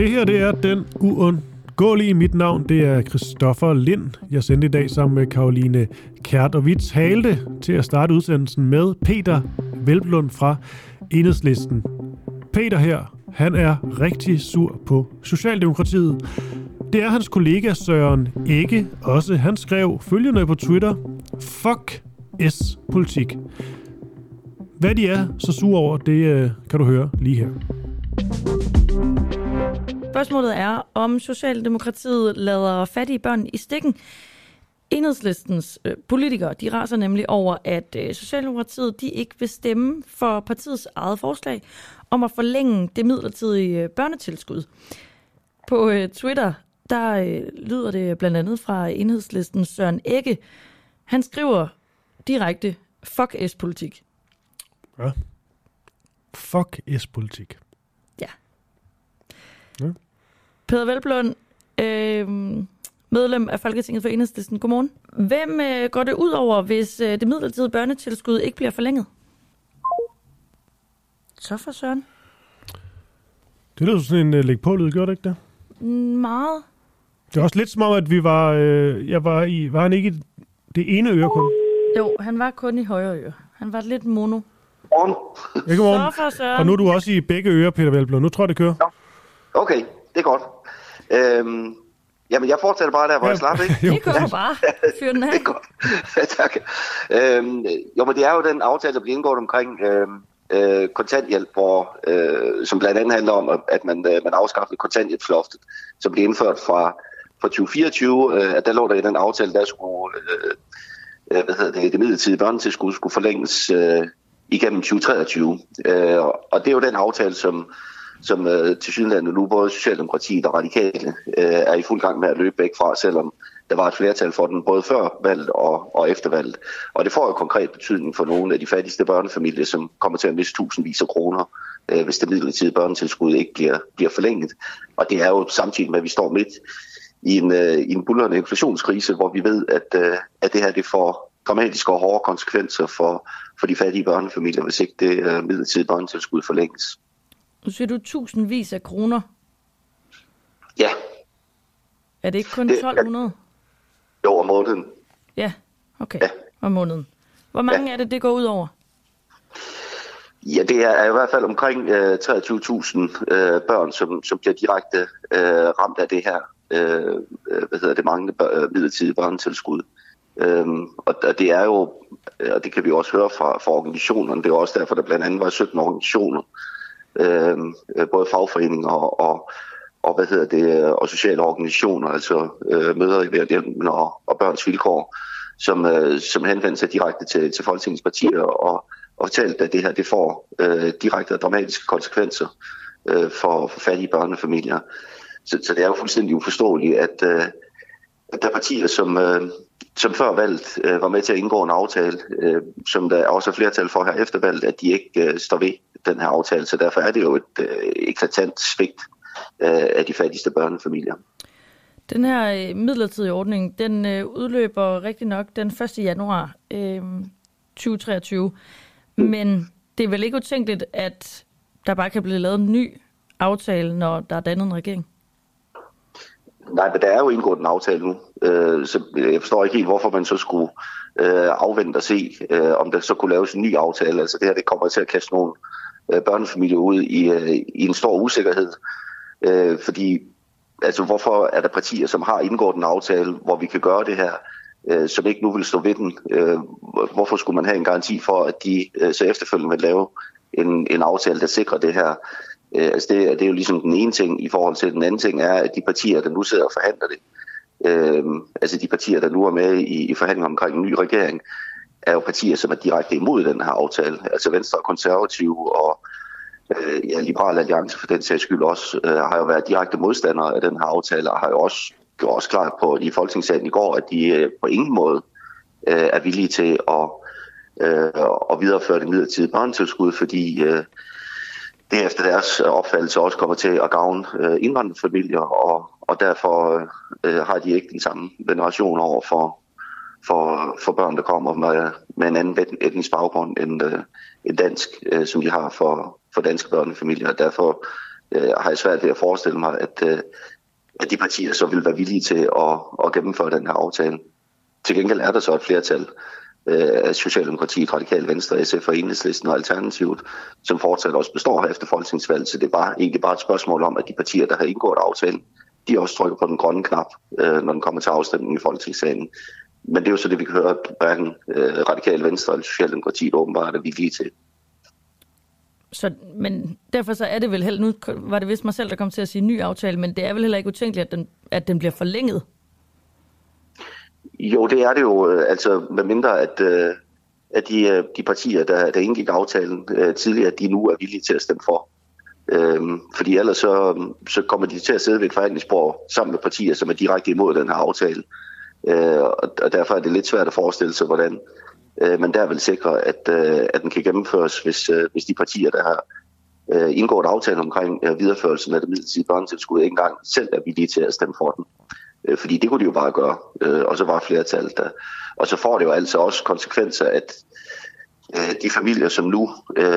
Det her, det er den uundgåelige. Mit navn, det er Christoffer Lind. Jeg sendte i dag sammen med Caroline Kjært, og vi talte til at starte udsendelsen med Peter Hvelplund fra Enhedslisten. Peter her, han er rigtig sur på Socialdemokratiet. Det er hans kollega Søren Egge også. Han skrev følgende på Twitter: Fuck S-politik. Hvad de er så sure over, det kan du høre lige her. Spørgsmålet er, om Socialdemokratiet lader fattige børn i stikken. Enhedslistens politikere, de raser nemlig over, at Socialdemokratiet de ikke vil stemme for partiets eget forslag om at forlænge det midlertidige børnetilskud. På Twitter, der lyder det blandt andet fra Enhedslistens Søren Egge. Han skriver direkte, fuck S-politik. Ja. Fuck S-politik. Ja. Ja. Peter Hvelplund, medlem af Folketinget for Enhedslisten. Godmorgen. Hvem går det ud over, hvis det midlertidige børnetilskud ikke bliver forlænget? Så for Søren. Det er sådan en læg på lyd, gjorde det ikke det? Meget. Det er også lidt som om, at vi var... var han ikke i det ene øre kun? Jo, han var kun i højre øre. Han var lidt mono. Godmorgen. Ja, godmorgen. Så for Søren. Og nu er du også i begge ører, Peter Hvelplund. Nu tror jeg, det kører. Ja. Okay, det er godt. Jamen, jeg fortsætter bare der, hvor jeg slap, ikke? Det kører bare. Fyr den af. Det er godt. Tak. Jo, men det er jo den aftale, der bliver indgået omkring kontanthjælp, som blandt andet handler om, at man afskaffede kontanthjælpsloftet, som blev indført fra 2024. At der lå der i den aftale, der skulle det midlertidige børnetilskud skulle forlænges igennem 2023. Og det er jo den aftale, som tilsyneladende nu både Socialdemokratiet og Radikale er i fuld gang med at løbe væk fra, selvom der var et flertal for den både før valget og efter valget. Og det får jo konkret betydning for nogle af de fattigste børnefamilier, som kommer til at miste tusindvis af kroner, hvis det midlertidige børnetilskud ikke bliver forlænget. Og det er jo samtidig med, at vi står midt i en buldrende inflationskrise, hvor vi ved, at det her det får dramatiske og hårde konsekvenser for de fattige børnefamilier, hvis ikke det midlertidige børnetilskud forlænges. Nu siger du tusindvis af kroner. Ja. Er det ikke kun 1200? Jo, om måneden. Ja, okay. Ja. Om måneden. Hvor mange er det går ud over? Ja, det er i hvert fald omkring 23.000 børn, som bliver direkte ramt af det her. Manglende midlertidige børnetilskud. Og det er jo, og det kan vi også høre fra organisationerne, det er også derfor, der blandt andet var 17 organisationer, både fagforeninger og sociale organisationer, altså Mødre i Værhjælpen og Børns Vilkår, som henvendte sig direkte til Folketingets partier og fortalte, at det her det får direkte og dramatiske konsekvenser for fattige børnefamilier. Så det er jo fuldstændig uforståeligt, at der er partier, som før valget var med til at indgå en aftale, som der også er flertal for her efter valget, at de ikke står ved den her aftale. Så derfor er det jo et eklatant svigt af de fattigste børnefamilier. Den her midlertidige ordning, den udløber rigtig nok den 1. januar 2023. Men det er vel ikke utænkeligt, at der bare kan blive lavet en ny aftale, når der er dannet en regering? Nej, men der er jo indgået en aftale nu, så jeg forstår ikke helt, hvorfor man så skulle afvente og se, om der så kunne laves en ny aftale. Altså det her, det kommer til at kaste nogle børnefamilier ud i en stor usikkerhed, fordi altså hvorfor er der partier, som har indgået en aftale, hvor vi kan gøre det her, som ikke nu vil stå ved den? Hvorfor skulle man have en garanti for, at de så efterfølgende vil lave en aftale, der sikrer det her? Altså det er jo ligesom den ene ting. I forhold til den anden ting er, at de partier, der nu sidder og forhandler det, altså de partier, der nu er med i forhandlinger omkring en ny regering, er jo partier, som er direkte imod den her aftale. Altså Venstre og Konservative og Liberal Alliance for den sags skyld også, har jo været direkte modstandere af den her aftale, og har jo også klart på i Folketingssalen i går, at de på ingen måde er villige til at videreføre det midlertidige børnetilskud, fordi det efter deres opfattelse også kommer til at gavne indvandrerfamilier, og derfor har de ikke den samme veneration over for børn, der kommer med en anden etnisk baggrund end dansk, som de har for danske børnefamilier. Derfor har jeg svært ved at forestille mig, at de partier så vil være villige til at gennemføre den her aftale. Til gengæld er der så et flertal af Socialdemokratiet, Radikale Venstre, SF og Enhedslisten og Alternativet, som fortsat også består her efter folketingsvalget. Så det er egentlig bare et spørgsmål om, at de partier, der har indgået aftalen, de også trykker på den grønne knap, når den kommer til afstemning i Folketingssalen. Men det er jo så det, vi kan høre, at hverken Radikale Venstre eller Socialdemokratiet åbenbart er villige til. Så, men derfor så er det vel heller, nu var det vist mig selv, der kom til at sige ny aftale, men det er vel heller ikke utænkeligt, at den bliver forlænget? Jo, det er det jo, altså med mindre at de partier, der indgik aftalen tidligere, at de nu er villige til at stemme for. Fordi ellers så kommer de til at sidde ved et forhandlingsbord sammen med partier, som er direkte imod den her aftale. Og derfor er det lidt svært at forestille sig, hvordan man der vil sikre, at den kan gennemføres, hvis de partier, der har indgået aftale omkring videreførelsen af det midlertidige børnetilskud, ikke engang selv er villige til at stemme for den. Fordi det kunne de jo bare gøre, og så var flertal der. Og så får det jo altså også konsekvenser, at de familier, som nu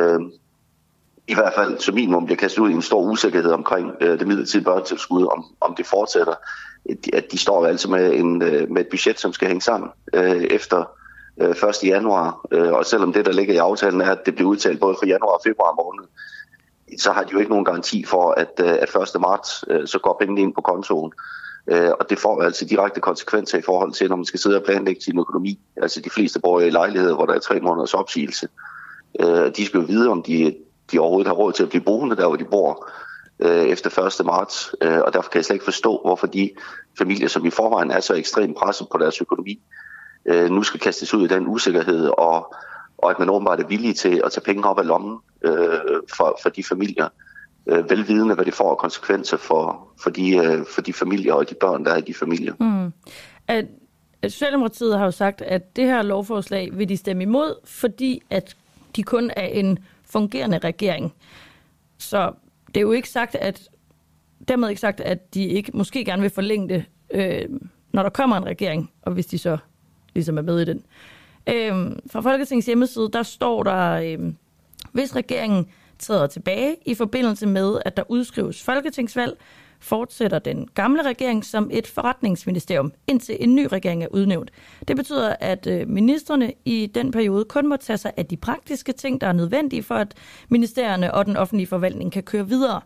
i hvert fald som minimum bliver kastet ud i en stor usikkerhed omkring det midlertidige børnetilskud, om det fortsætter, at de står altså med et budget, som skal hænge sammen efter 1. januar. Og selvom det, der ligger i aftalen, er, at det bliver udtalt både for januar og februar måned, så har de jo ikke nogen garanti for, at 1. marts så går pengene ind på kontoen. Og det får altså direkte konsekvenser i forhold til, når man skal sidde og planlægge sin økonomi. Altså de fleste bor i lejligheder, hvor der er 3 måneders opsigelse. De skal jo vide, om de overhovedet har råd til at blive boende der, hvor de bor efter 1. marts. Og derfor kan jeg slet ikke forstå, hvorfor de familier, som i forvejen er så ekstremt presset på deres økonomi, nu skal kastes ud i den usikkerhed, og at man åbenbart er villig til at tage penge op af lommen for de familier. Velvidende, hvad det får af konsekvenser for de familier og de børn, der er i de familier. Socialdemokratiet har jo sagt, at det her lovforslag vil de stemme imod, fordi at de kun er en fungerende regering. Så det er jo ikke sagt, dermed ikke sagt, at de ikke måske gerne vil forlænge det, når der kommer en regering, og hvis de så ligesom er med i den. Fra Folketingets hjemmeside, der står der, hvis regeringen træder tilbage i forbindelse med, at der udskrives folketingsvalg, fortsætter den gamle regering som et forretningsministerium, indtil en ny regering er udnævnt. Det betyder, at ministerne i den periode kun må tage sig af de praktiske ting, der er nødvendige for, at ministerierne og den offentlige forvaltning kan køre videre.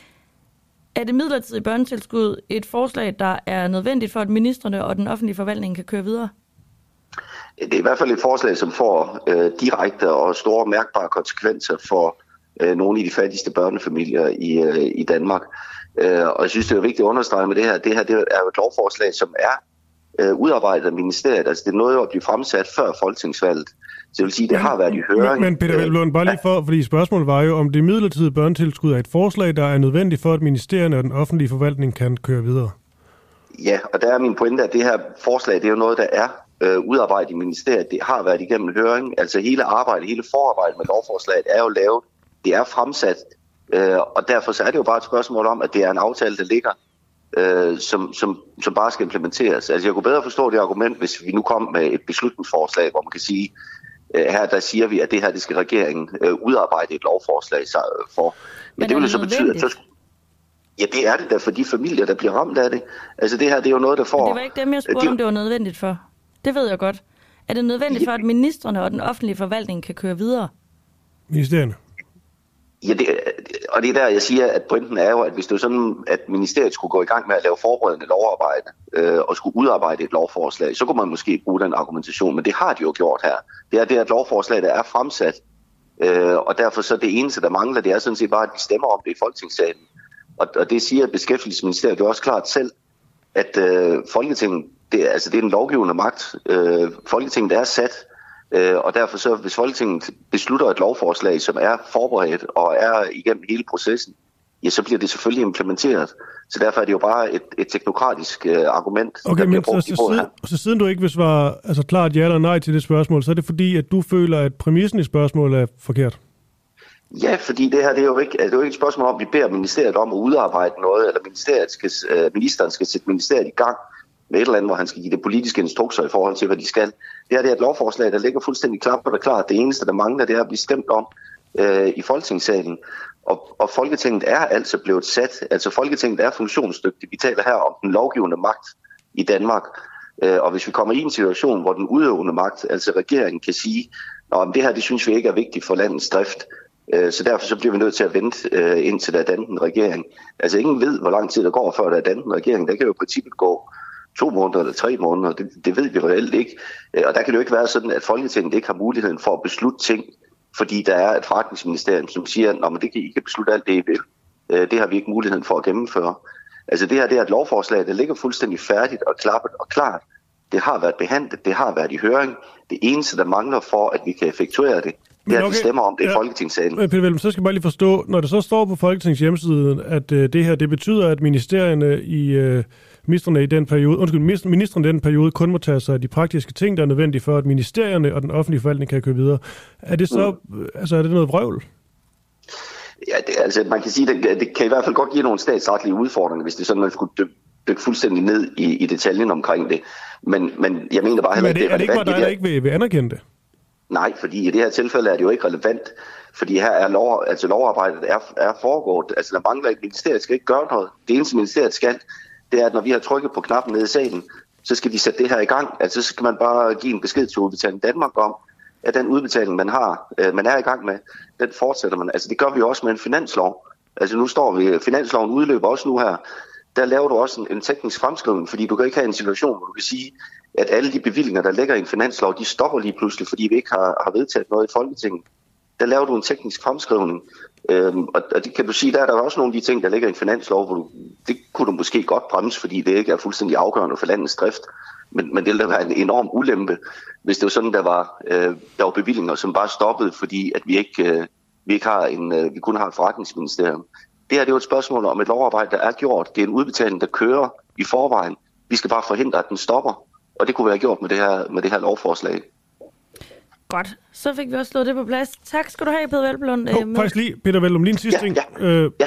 Er det midlertidige børnetilskud et forslag, der er nødvendigt for, at ministerne og den offentlige forvaltning kan køre videre? Det er i hvert fald et forslag, som får direkte og store mærkbare konsekvenser for nogle af de fattigste børnefamilier i Danmark. Og jeg synes, det er vigtigt at understrege med det her. Det her det er jo et lovforslag, som er udarbejdet af ministeriet. Altså det er noget, der bliver fremsat før folketingsvalget. Så det vil sige, det har været i høring. Men Peter Hvelplund, bare lige fordi spørgsmålet var jo, om det midlertidige børnetilskud er et forslag, der er nødvendigt for, at ministerierne og den offentlige forvaltning kan køre videre. Ja, og der er min pointe, at det her forslag, det er jo noget, der er udarbejdet i ministeriet. Det har været igennem høring. Altså hele forarbejdet med lovforslaget er jo lavet. Det er fremsat, og derfor så er det jo bare et spørgsmål om, at det er en aftale, der ligger, som bare skal implementeres. Altså jeg kunne bedre forstå det argument, hvis vi nu kom med et beslutningsforslag, hvor man kan sige, her der siger vi, at det her det skal regeringen udarbejde et lovforslag for. Men det vil jo så betyde, at ja, det er det da for de familier, der bliver ramt af det. Altså det her, det er jo noget, der får... Men det var ikke dem, jeg spurgte, om det var nødvendigt for. Det ved jeg godt. Er det nødvendigt for, at ministrene og den offentlige forvaltning kan køre videre? Ministerierne. Ja, og det er der, jeg siger, at pointen er jo, at hvis det er sådan, at ministeriet skulle gå i gang med at lave forberedende lovarbejde og skulle udarbejde et lovforslag, så kunne man måske bruge den argumentation, men det har de jo gjort her. Det er et lovforslag, der er fremsat, og derfor så det eneste, der mangler, det er sådan set bare, at vi stemmer om det i Folketingssalen. Og det siger Beskæftigelsesministeriet, det er også klart selv, at Folketinget, det er en lovgivende magt. Folketinget er sat, og derfor så, hvis Folketinget beslutter et lovforslag, som er forberedt og er igennem hele processen, ja, så bliver det selvfølgelig implementeret. Så derfor er det jo bare et teknokratisk argument, okay, der bliver brugt i både her. Så siden du ikke vil svare klart ja eller nej til det spørgsmål, så er det fordi, at du føler, at præmissen i spørgsmålet er forkert? Ja, fordi det her det er jo ikke et spørgsmål om, at vi beder ministeriet om at udarbejde noget, eller ministeren skal sætte ministeriet i gang med et eller andet, hvor han skal give det politiske instrukser i forhold til, hvad de skal. Det her det er et lovforslag, der ligger fuldstændig klart. Det eneste, der mangler, det er at blive stemt om. i Folketingssalen. Og Folketinget er altså blevet sat, altså Folketinget er funktionsdygtigt. Vi taler her om den lovgivende magt i Danmark. Og hvis vi kommer i en situation, hvor den udøvende magt, altså regeringen, kan sige, at det her, det synes vi ikke er vigtigt for landets drift, så derfor så bliver vi nødt til at vente indtil der er dannet en regering. Altså ingen ved, hvor lang tid der går, før der er dannet en regering. Der kan jo i princippet gå 2 måneder eller 3 måneder, det ved vi reelt ikke. Og der kan det jo ikke være sådan, at Folketinget ikke har muligheden for at beslutte ting, fordi der er et forretningsministerium, som siger, at det kan I ikke beslutte alt det, I vil. Det har vi ikke muligheden for at gennemføre. Altså det her, det er et lovforslag, der ligger fuldstændig færdigt og klappet og klart. Det har været behandlet, det har været i høring. Det eneste, der mangler for, at vi kan effektuere det, det er, at vi stemmer om det i Folketingssalen. Peter Velblom, så skal jeg bare lige forstå, når det så står på Folketings hjemmeside, at det her, det betyder, at ministerierne i ministrene i den periode kun må tage sig af de praktiske ting, der er nødvendige for, at ministerierne og den offentlige forvaltning kan køre videre. Er det så, altså er det noget vrøvl? Ja, altså man kan sige, at det kan i hvert fald godt give nogle statsretlige udfordringer, hvis det sådan, man skulle dykke fuldstændig ned i detaljen omkring det. Men jeg mener bare heller ikke, det er det ikke bare dig, der ikke vil anerkende det? Nej, fordi i det her tilfælde er det jo ikke relevant, fordi her er lovarbejdet er foregået. Altså der mangler ikke, ministeriet skal ikke gøre noget. Det eneste ministeriet skal, det er, at når vi har trykket på knappen nede i salen, så skal de sætte det her i gang. Altså så skal man bare give en besked til Udbetaling Danmark om, at den udbetaling, man er i gang med, den fortsætter man. Altså det gør vi også med en finanslov. Altså nu står vi, finansloven udløber også nu her. Der laver du også en teknisk fremskrivning, fordi du kan ikke have en situation, hvor du kan sige, at alle de bevillinger, der ligger i en finanslov, de stopper lige pludselig, fordi vi ikke har vedtaget noget i Folketinget. Der laver du en teknisk fremskrivning. Og det kan du sige, der er der også nogle af de ting, der ligger i en finanslov, hvor det kunne du måske godt bremse, fordi det ikke er fuldstændig afgørende for landets drift. Men det ville være en enorm ulempe, hvis det var sådan, der var bevillinger, som bare stoppede, fordi at vi kun har et forretningsministerium. Det her det er jo et spørgsmål om et lovarbejde, der er gjort. Det er en udbetaling, der kører i forvejen. Vi skal bare forhindre, at den stopper. Og det kunne være gjort med det her lovforslag. Godt. Så fik vi også slået det på plads. Tak skal du have, Peter Velblom. Faktisk lige, Peter Velblom, lige en sidste ting. Ja.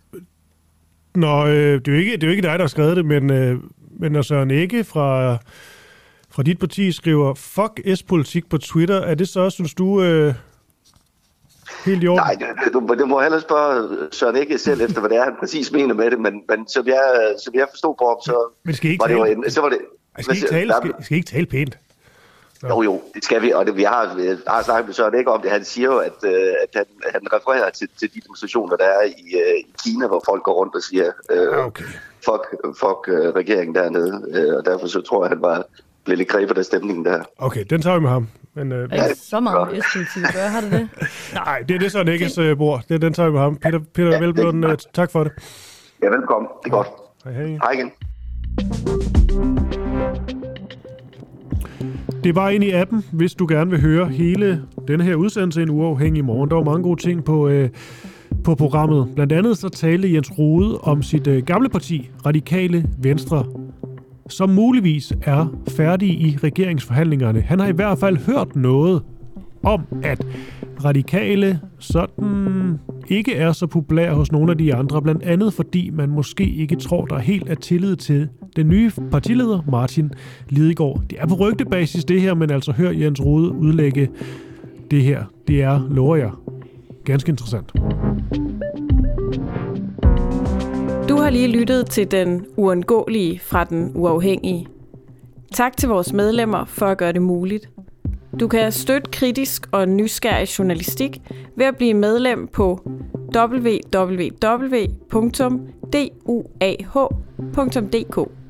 Det er jo ikke dig, der har skrevet det, men når Søren Egge fra dit parti skriver fuck S-politik på Twitter, er det så, synes du, helt i orden? Nej, du må hellere spørge Søren Egge selv efter, hvad det er, han præcis mener med det, men som jeg forstod på ham, så var det jo skal ikke tale pænt. Jo, det skal vi, og vi har snakket med Søren Egge om det. Han siger jo, at han refererer til de demonstrationer, der er i Kina, hvor folk går rundt og siger, fuck regeringen dernede, og derfor så tror jeg, han blev lidt grebet af stemningen der. Okay, den tager vi med ham. Men, så meget S-politik, gør har det det? Nej, det er det Søren Egges bord. Den tager vi med ham. Peter Velblom, tak for det. Ja, velkommen. Det er godt. Hej igen. Det er bare ind i appen, hvis du gerne vil høre hele denne her udsendelse en uafhængig morgen. Der var mange gode ting på programmet. Blandt andet så talte Jens Rohde om sit gamle parti, Radikale Venstre, som muligvis er færdige i regeringsforhandlingerne. Han har i hvert fald hørt noget om, at Radikale sådan ikke er så populær hos nogle af de andre, blandt andet fordi man måske ikke tror, der helt er tillid til den nye partileder, Martin Lidegaard. Det er på rygtebasis det her, men altså hør Jens Rohde udlægge det her. Det er, lover jeg, ganske interessant. Du har lige lyttet til Den Uundgåelige fra Den Uafhængige. Tak til vores medlemmer for at gøre det muligt. Du kan støtte kritisk og nysgerrig journalistik ved at blive medlem på www.duah.dk.